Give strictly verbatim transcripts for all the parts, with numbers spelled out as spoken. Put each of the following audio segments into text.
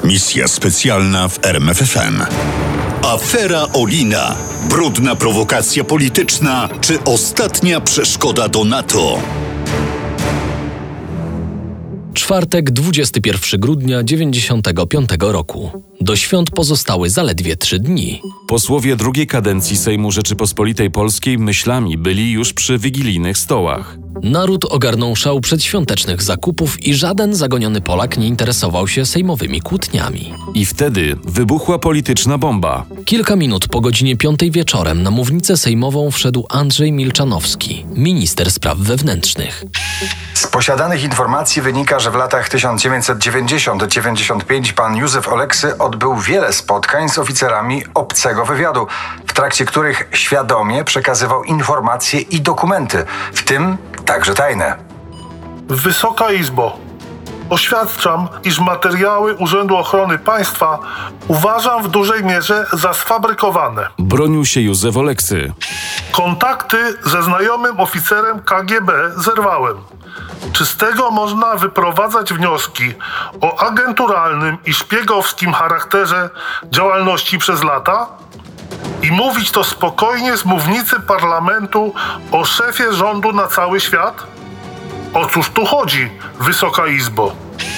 Misja specjalna w R M F F M. Afera Olina. Brudna prowokacja polityczna czy ostatnia przeszkoda do NATO? Czwartek, dwudziestego pierwszego grudnia dziewięćdziesiątego piątego roku. Do świąt pozostały zaledwie trzy dni. Posłowie drugiej kadencji Sejmu Rzeczypospolitej Polskiej myślami byli już przy wigilijnych stołach. Naród ogarnął szał przedświątecznych zakupów i żaden zagoniony Polak nie interesował się sejmowymi kłótniami. I wtedy wybuchła polityczna bomba. Kilka minut po godzinie piątej wieczorem na mównicę sejmową wszedł Andrzej Milczanowski, minister spraw wewnętrznych. Z posiadanych informacji wynika, że w latach tysiąc dziewięćset dziewięćdziesiątym do dziewięćdziesiątego piątego pan Józef Oleksy odbył wiele spotkań z oficerami obcego wywiadu, w trakcie których świadomie przekazywał informacje i dokumenty, w tym także tajne. Wysoka Izbo, oświadczam, iż materiały Urzędu Ochrony Państwa uważam w dużej mierze za sfabrykowane. Bronił się Józef Oleksy. Kontakty ze znajomym oficerem K G B zerwałem. Czy z tego można wyprowadzać wnioski o agenturalnym i szpiegowskim charakterze działalności przez lata? I mówić to spokojnie z mównicy parlamentu o szefie rządu na cały świat? O cóż tu chodzi, Wysoka Izbo?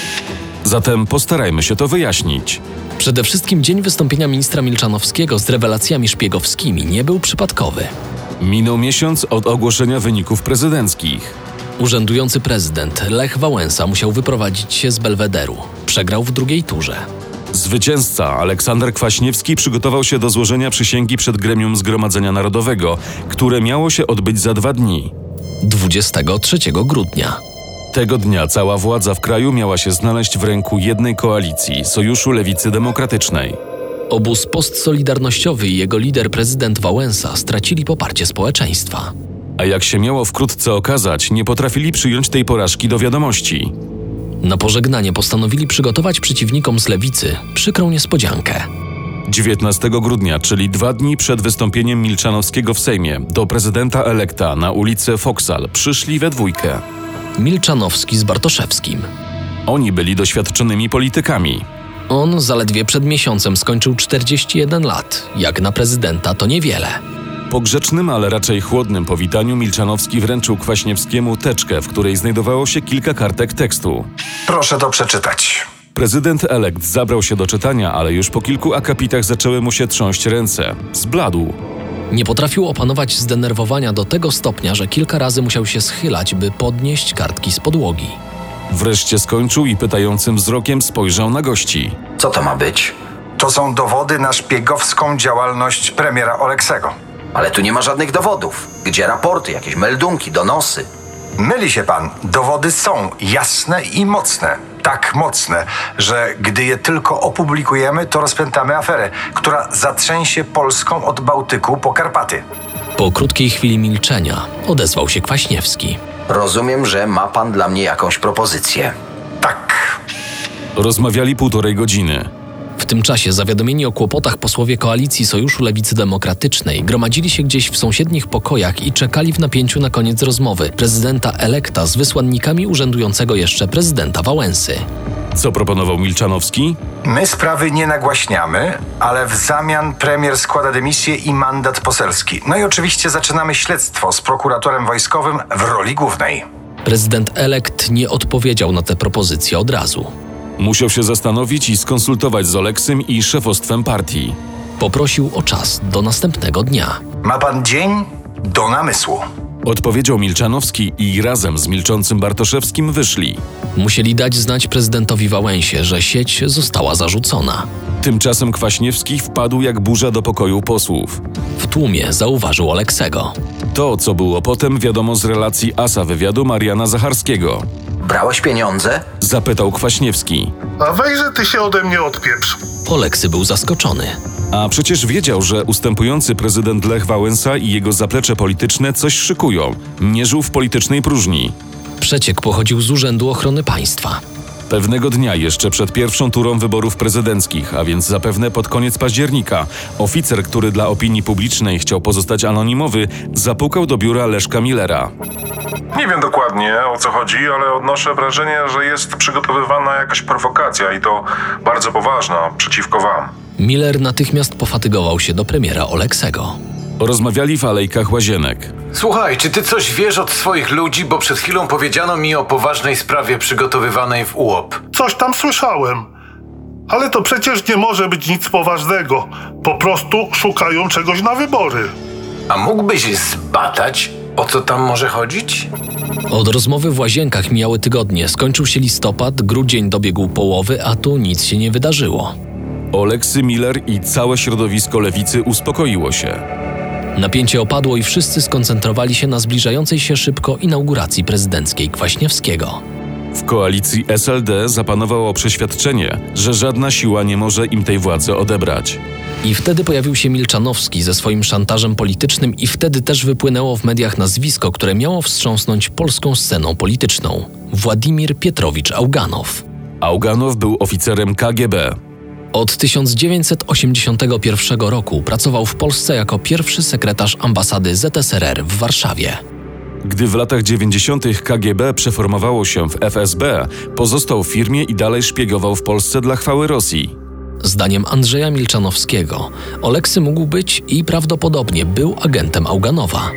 Zatem postarajmy się to wyjaśnić. Przede wszystkim dzień wystąpienia ministra Milczanowskiego z rewelacjami szpiegowskimi nie był przypadkowy. Minął miesiąc od ogłoszenia wyników prezydenckich. Urzędujący prezydent Lech Wałęsa musiał wyprowadzić się z Belwederu. Przegrał w drugiej turze. Zwycięzca Aleksander Kwaśniewski przygotował się do złożenia przysięgi przed gremium Zgromadzenia Narodowego, które miało się odbyć za dwa dni. dwudziestego trzeciego grudnia. Tego dnia cała władza w kraju miała się znaleźć w ręku jednej koalicji, Sojuszu Lewicy Demokratycznej. Obóz postsolidarnościowy i jego lider prezydent Wałęsa stracili poparcie społeczeństwa. A jak się miało wkrótce okazać, nie potrafili przyjąć tej porażki do wiadomości. Na pożegnanie postanowili przygotować przeciwnikom z lewicy przykrą niespodziankę. dziewiętnastego grudnia, czyli dwa dni przed wystąpieniem Milczanowskiego w Sejmie, do prezydenta elekta na ulicę Foksal przyszli we dwójkę. Milczanowski z Bartoszewskim. Oni byli doświadczonymi politykami. On zaledwie przed miesiącem skończył czterdzieści jeden lat. Jak na prezydenta to niewiele. Po grzecznym, ale raczej chłodnym powitaniu Milczanowski wręczył Kwaśniewskiemu teczkę, w której znajdowało się kilka kartek tekstu. Proszę to przeczytać. Prezydent elekt zabrał się do czytania, ale już po kilku akapitach zaczęły mu się trząść ręce. Zbladł. Nie potrafił opanować zdenerwowania do tego stopnia, że kilka razy musiał się schylać, by podnieść kartki z podłogi. Wreszcie skończył i pytającym wzrokiem spojrzał na gości. Co to ma być? To są dowody na szpiegowską działalność premiera Oleksego. Ale tu nie ma żadnych dowodów. Gdzie raporty, jakieś meldunki, donosy? Myli się pan. Dowody są jasne i mocne. Tak mocne, że gdy je tylko opublikujemy, to rozpętamy aferę, która zatrzęsie Polską od Bałtyku po Karpaty. Po krótkiej chwili milczenia odezwał się Kwaśniewski. Rozumiem, że ma pan dla mnie jakąś propozycję. Tak. Rozmawiali półtorej godziny. W tym czasie zawiadomieni o kłopotach posłowie koalicji Sojuszu Lewicy Demokratycznej gromadzili się gdzieś w sąsiednich pokojach i czekali w napięciu na koniec rozmowy prezydenta elekta z wysłannikami urzędującego jeszcze prezydenta Wałęsy. Co proponował Milczanowski? My sprawy nie nagłaśniamy, ale w zamian premier składa dymisję i mandat poselski. No i oczywiście zaczynamy śledztwo z prokuratorem wojskowym w roli głównej. Prezydent elekt nie odpowiedział na tę propozycję od razu. Musiał się zastanowić i skonsultować z Oleksym i szefostwem partii. Poprosił o czas do następnego dnia. Ma pan dzień do namysłu. Odpowiedział Milczanowski i razem z milczącym Bartoszewskim wyszli. Musieli dać znać prezydentowi Wałęsie, że sieć została zarzucona. Tymczasem Kwaśniewski wpadł jak burza do pokoju posłów. W tłumie zauważył Oleksego. To, co było potem, wiadomo z relacji asa wywiadu Mariana Zacharskiego. Brałeś pieniądze? Zapytał Kwaśniewski. A wejże ty się ode mnie odpieprz. Oleksy był zaskoczony. A przecież wiedział, że ustępujący prezydent Lech Wałęsa i jego zaplecze polityczne coś szykują. Nie żył w politycznej próżni. Przeciek pochodził z Urzędu Ochrony Państwa. Pewnego dnia jeszcze przed pierwszą turą wyborów prezydenckich, a więc zapewne pod koniec października, oficer, który dla opinii publicznej chciał pozostać anonimowy, zapukał do biura Leszka Millera. Nie wiem dokładnie, o co chodzi, ale odnoszę wrażenie, że jest przygotowywana jakaś prowokacja i to bardzo poważna, przeciwko wam. Miller natychmiast pofatygował się do premiera Oleksego. Rozmawiali w alejkach Łazienek. Słuchaj, czy ty coś wiesz od swoich ludzi, bo przed chwilą powiedziano mi o poważnej sprawie przygotowywanej w U O P. Coś tam słyszałem. Ale to przecież nie może być nic poważnego. Po prostu szukają czegoś na wybory. A mógłbyś zbadać, o co tam może chodzić? Od rozmowy w Łazienkach mijały tygodnie. Skończył się listopad, grudzień dobiegł połowy, a tu nic się nie wydarzyło. Oleksy Miller i całe środowisko lewicy uspokoiło się. Napięcie opadło i wszyscy skoncentrowali się na zbliżającej się szybko inauguracji prezydenckiej Kwaśniewskiego. W koalicji S L D zapanowało przeświadczenie, że żadna siła nie może im tej władzy odebrać. I wtedy pojawił się Milczanowski ze swoim szantażem politycznym i wtedy też wypłynęło w mediach nazwisko, które miało wstrząsnąć polską sceną polityczną. Władimir Pietrowicz Auganow. Auganow był oficerem K G B. Od tysiąc dziewięćset osiemdziesiątego pierwszego roku pracował w Polsce jako pierwszy sekretarz ambasady Z S R R w Warszawie. Gdy w latach dziewięćdziesiątych K G B przeformowało się w F S B, pozostał w firmie i dalej szpiegował w Polsce dla chwały Rosji. Zdaniem Andrzeja Milczanowskiego, Oleksy mógł być i prawdopodobnie był agentem Auganowa.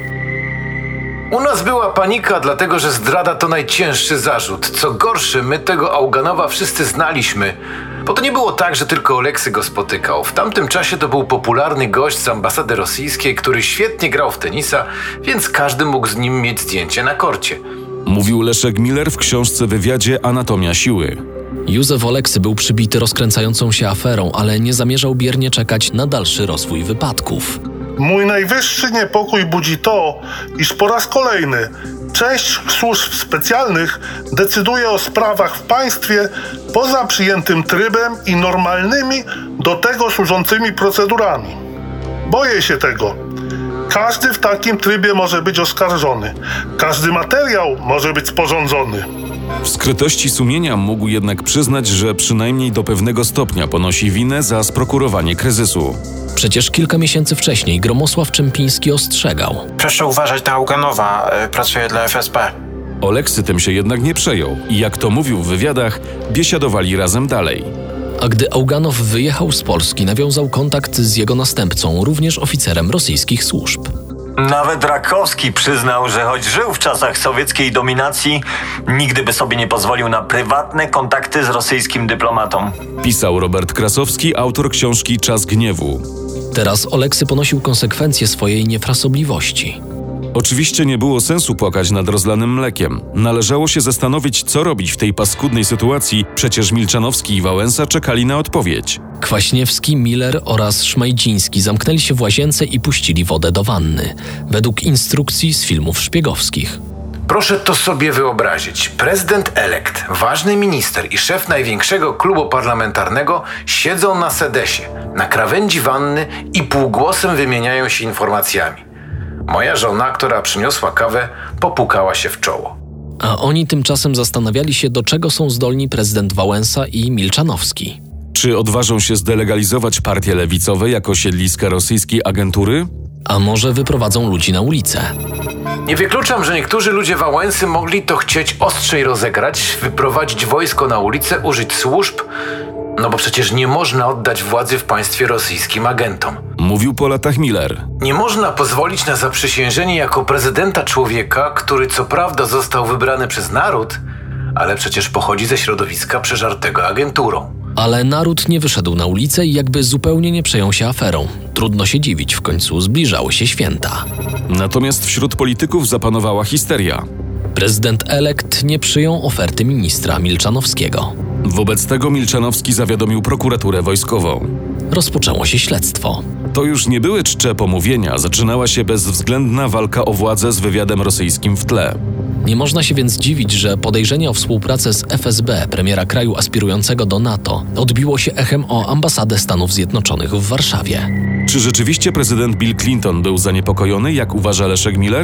U nas była panika, dlatego że zdrada to najcięższy zarzut. Co gorsze, my tego Auganowa wszyscy znaliśmy. Bo to nie było tak, że tylko Oleksy go spotykał. W tamtym czasie to był popularny gość z ambasady rosyjskiej, który świetnie grał w tenisa, więc każdy mógł z nim mieć zdjęcie na korcie. Mówił Leszek Miller w książce Wywiadzie Anatomia siły. Józef Oleksy był przybity rozkręcającą się aferą, ale nie zamierzał biernie czekać na dalszy rozwój wypadków. Mój najwyższy niepokój budzi to, iż po raz kolejny część służb specjalnych decyduje o sprawach w państwie poza przyjętym trybem i normalnymi do tego służącymi procedurami. Boję się tego. Każdy w takim trybie może być oskarżony. Każdy materiał może być sporządzony. W skrytości sumienia mógł jednak przyznać, że przynajmniej do pewnego stopnia ponosi winę za sprokurowanie kryzysu. Przecież kilka miesięcy wcześniej Gromosław Czempiński ostrzegał. Proszę uważać na Auganowa, pracuje dla F S B. Oleksy tym się jednak nie przejął i jak to mówił w wywiadach, biesiadowali razem dalej. A gdy Auganow wyjechał z Polski, nawiązał kontakt z jego następcą, również oficerem rosyjskich służb. Nawet Rakowski przyznał, że choć żył w czasach sowieckiej dominacji, nigdy by sobie nie pozwolił na prywatne kontakty z rosyjskim dyplomatą. Pisał Robert Krasowski, autor książki Czas gniewu. Teraz Oleksy ponosił konsekwencje swojej niefrasobliwości. Oczywiście nie było sensu płakać nad rozlanym mlekiem. Należało się zastanowić, co robić w tej paskudnej sytuacji, przecież Milczanowski i Wałęsa czekali na odpowiedź. Kwaśniewski, Miller oraz Szmajdziński zamknęli się w łazience i puścili wodę do wanny, według instrukcji z filmów szpiegowskich. Proszę to sobie wyobrazić. Prezydent elekt, ważny minister i szef największego klubu parlamentarnego siedzą na sedesie, na krawędzi wanny i półgłosem wymieniają się informacjami. Moja żona, która przyniosła kawę, popukała się w czoło. A oni tymczasem zastanawiali się, do czego są zdolni prezydent Wałęsa i Milczanowski. Czy odważą się zdelegalizować partie lewicowe jako siedliska rosyjskiej agentury? A może wyprowadzą ludzi na ulicę? Nie wykluczam, że niektórzy ludzie Wałęsy mogli to chcieć ostrzej rozegrać, wyprowadzić wojsko na ulicę, użyć służb, no bo przecież nie można oddać władzy w państwie rosyjskim agentom. Mówił po latach Miller. Nie można pozwolić na zaprzysiężenie jako prezydenta człowieka, który co prawda został wybrany przez naród, ale przecież pochodzi ze środowiska przeżartego agenturą. Ale naród nie wyszedł na ulicę i jakby zupełnie nie przejął się aferą. Trudno się dziwić, w końcu zbliżały się święta. Natomiast wśród polityków zapanowała histeria. Prezydent elekt nie przyjął oferty ministra Milczanowskiego. Wobec tego Milczanowski zawiadomił prokuraturę wojskową. Rozpoczęło się śledztwo. To już nie były czcze pomówienia, zaczynała się bezwzględna walka o władzę z wywiadem rosyjskim w tle. Nie można się więc dziwić, że podejrzenie o współpracę z F S B, premiera kraju aspirującego do NATO, odbiło się echem o ambasadę Stanów Zjednoczonych w Warszawie. Czy rzeczywiście prezydent Bill Clinton był zaniepokojony, jak uważa Leszek Miller?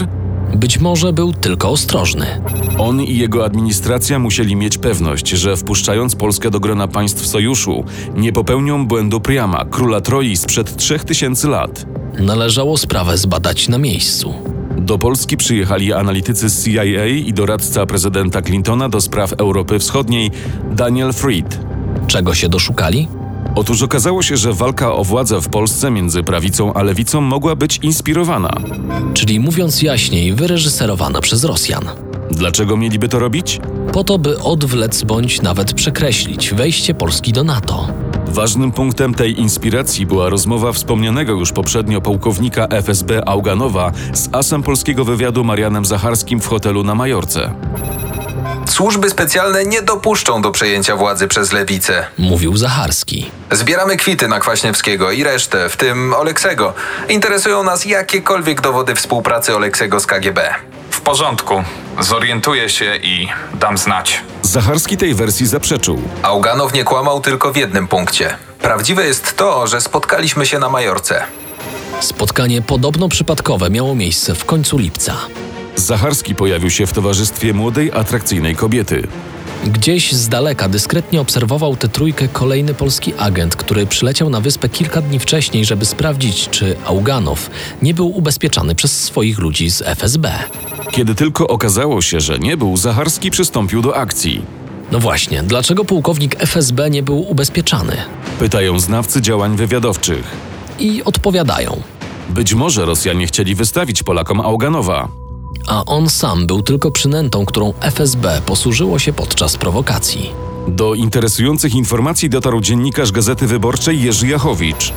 Być może był tylko ostrożny. On i jego administracja musieli mieć pewność, że wpuszczając Polskę do grona państw sojuszu, nie popełnią błędu Priama, króla Troi sprzed trzech tysięcy lat. Należało sprawę zbadać na miejscu. Do Polski przyjechali analitycy z C I A i doradca prezydenta Clintona do spraw Europy Wschodniej Daniel Freed. Czego się doszukali? Otóż okazało się, że walka o władzę w Polsce między prawicą a lewicą mogła być inspirowana. Czyli mówiąc jaśniej, wyreżyserowana przez Rosjan. Dlaczego mieliby to robić? Po to, by odwlec bądź nawet przekreślić wejście Polski do NATO. Ważnym punktem tej inspiracji była rozmowa wspomnianego już poprzednio pułkownika F S B Auganowa z asem polskiego wywiadu Marianem Zacharskim w hotelu na Majorce. Służby specjalne nie dopuszczą do przejęcia władzy przez lewicę, mówił Zacharski. Zbieramy kwity na Kwaśniewskiego i resztę, w tym Oleksego. Interesują nas jakiekolwiek dowody współpracy Oleksego z K G B. W porządku. Zorientuję się i dam znać. Zacharski tej wersji zaprzeczył. Auganow nie kłamał tylko w jednym punkcie. Prawdziwe jest to, że spotkaliśmy się na Majorce. Spotkanie podobno przypadkowe miało miejsce w końcu lipca. Zacharski pojawił się w towarzystwie młodej, atrakcyjnej kobiety. Gdzieś z daleka dyskretnie obserwował tę trójkę kolejny polski agent, który przyleciał na wyspę kilka dni wcześniej, żeby sprawdzić, czy Auganow nie był ubezpieczany przez swoich ludzi z F S B. Kiedy tylko okazało się, że nie był, Zacharski przystąpił do akcji. No właśnie, dlaczego pułkownik F S B nie był ubezpieczany? Pytają znawcy działań wywiadowczych. I odpowiadają. Być może Rosjanie chcieli wystawić Polakom Auganowa. A on sam był tylko przynętą, którą F S B posłużyło się podczas prowokacji. Do interesujących informacji dotarł dziennikarz Gazety Wyborczej Jerzy Jachowicz.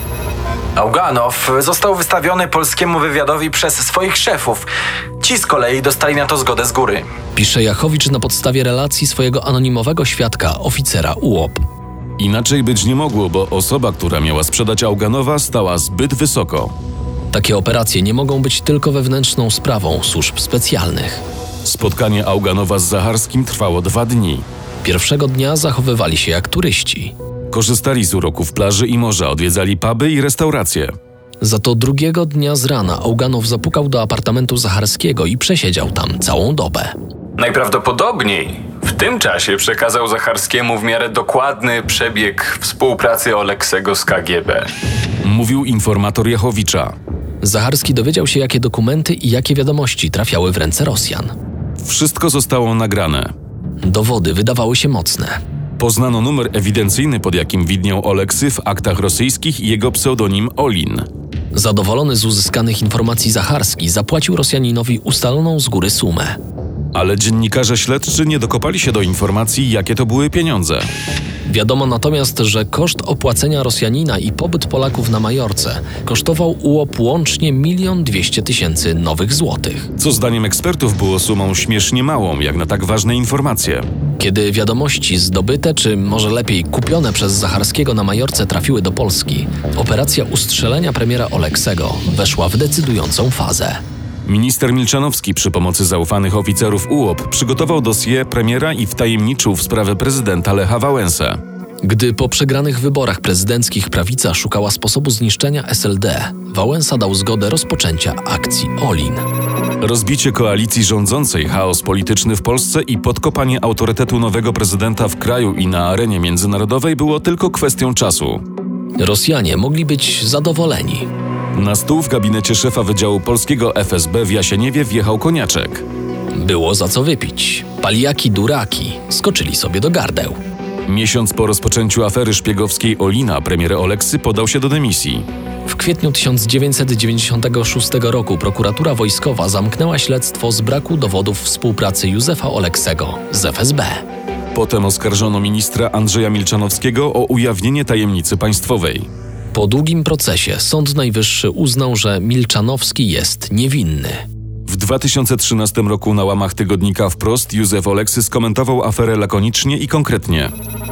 Auganow został wystawiony polskiemu wywiadowi przez swoich szefów. Ci z kolei dostali na to zgodę z góry. Pisze Jachowicz na podstawie relacji swojego anonimowego świadka, oficera U O P. Inaczej być nie mogło, bo osoba, która miała sprzedać Auganowa, stała zbyt wysoko. Takie operacje nie mogą być tylko wewnętrzną sprawą służb specjalnych. Spotkanie Auganowa z Zacharskim trwało dwa dni. Pierwszego dnia zachowywali się jak turyści. Korzystali z uroków plaży i morza, odwiedzali puby i restauracje. Za to drugiego dnia z rana Auganow zapukał do apartamentu Zacharskiego i przesiedział tam całą dobę. Najprawdopodobniej w tym czasie przekazał Zacharskiemu w miarę dokładny przebieg współpracy Oleksego z K G B. Mówił informator Jachowicza. Zacharski dowiedział się, jakie dokumenty i jakie wiadomości trafiały w ręce Rosjan. Wszystko zostało nagrane. Dowody wydawały się mocne. Poznano numer ewidencyjny, pod jakim widniał Oleksy w aktach rosyjskich i jego pseudonim Olin. Zadowolony z uzyskanych informacji Zacharski zapłacił Rosjaninowi ustaloną z góry sumę. Ale dziennikarze śledczy nie dokopali się do informacji, jakie to były pieniądze. Wiadomo natomiast, że koszt opłacenia Rosjanina i pobyt Polaków na Majorce kosztował U O P łącznie milion dwieście tysięcy nowych złotych. Co zdaniem ekspertów było sumą śmiesznie małą, jak na tak ważne informacje. Kiedy wiadomości zdobyte, czy może lepiej kupione przez Zacharskiego na Majorce trafiły do Polski, operacja ustrzelenia premiera Oleksego weszła w decydującą fazę. Minister Milczanowski przy pomocy zaufanych oficerów U O P przygotował dossier premiera i wtajemniczył w sprawę prezydenta Lecha Wałęsę. Gdy po przegranych wyborach prezydenckich prawica szukała sposobu zniszczenia S L D, Wałęsa dał zgodę rozpoczęcia akcji Olin. Rozbicie koalicji rządzącej, chaos polityczny w Polsce i podkopanie autorytetu nowego prezydenta w kraju i na arenie międzynarodowej było tylko kwestią czasu. Rosjanie mogli być zadowoleni. Na stół w gabinecie szefa Wydziału Polskiego F S B w Jasieniewie wjechał koniaczek. Było za co wypić. Paliaki duraki skoczyli sobie do gardeł. Miesiąc po rozpoczęciu afery szpiegowskiej Olina premier Oleksy podał się do dymisji. W kwietniu tysiąc dziewięćset dziewięćdziesiątego szóstego roku prokuratura wojskowa zamknęła śledztwo z braku dowodów współpracy Józefa Oleksego z F S B. Potem oskarżono ministra Andrzeja Milczanowskiego o ujawnienie tajemnicy państwowej. Po długim procesie Sąd Najwyższy uznał, że Milczanowski jest niewinny. W dwa tysiące trzynastym roku na łamach tygodnika Wprost Józef Oleksy skomentował aferę lakonicznie i konkretnie.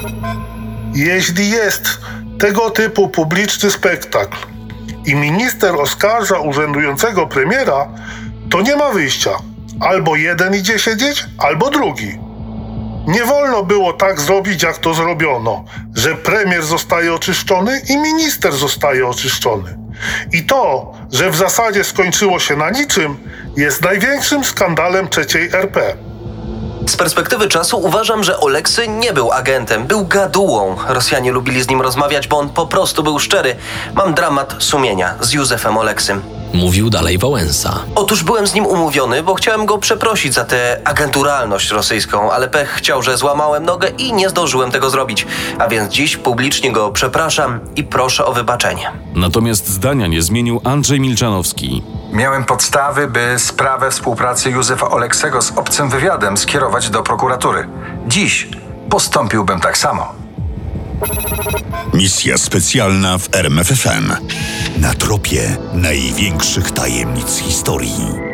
Jeśli jest tego typu publiczny spektakl i minister oskarża urzędującego premiera, to nie ma wyjścia. Albo jeden idzie siedzieć, albo drugi. Nie wolno było tak zrobić, jak to zrobiono, że premier zostaje oczyszczony i minister zostaje oczyszczony. I to, że w zasadzie skończyło się na niczym, jest największym skandalem trzeciej R P. Z perspektywy czasu uważam, że Oleksy nie był agentem, był gadułą. Rosjanie lubili z nim rozmawiać, bo on po prostu był szczery. Mam dramat sumienia z Józefem Oleksym. Mówił dalej Wałęsa. Otóż byłem z nim umówiony, bo chciałem go przeprosić za tę agenturalność rosyjską, ale pech chciał, że złamałem nogę i nie zdążyłem tego zrobić. A więc dziś publicznie go przepraszam i proszę o wybaczenie. Natomiast zdania nie zmienił Andrzej Milczanowski. Miałem podstawy, by sprawę współpracy Józefa Oleksego z obcym wywiadem skierować do prokuratury. Dziś postąpiłbym tak samo. Misja specjalna w R M F F M. Na tropie największych tajemnic historii.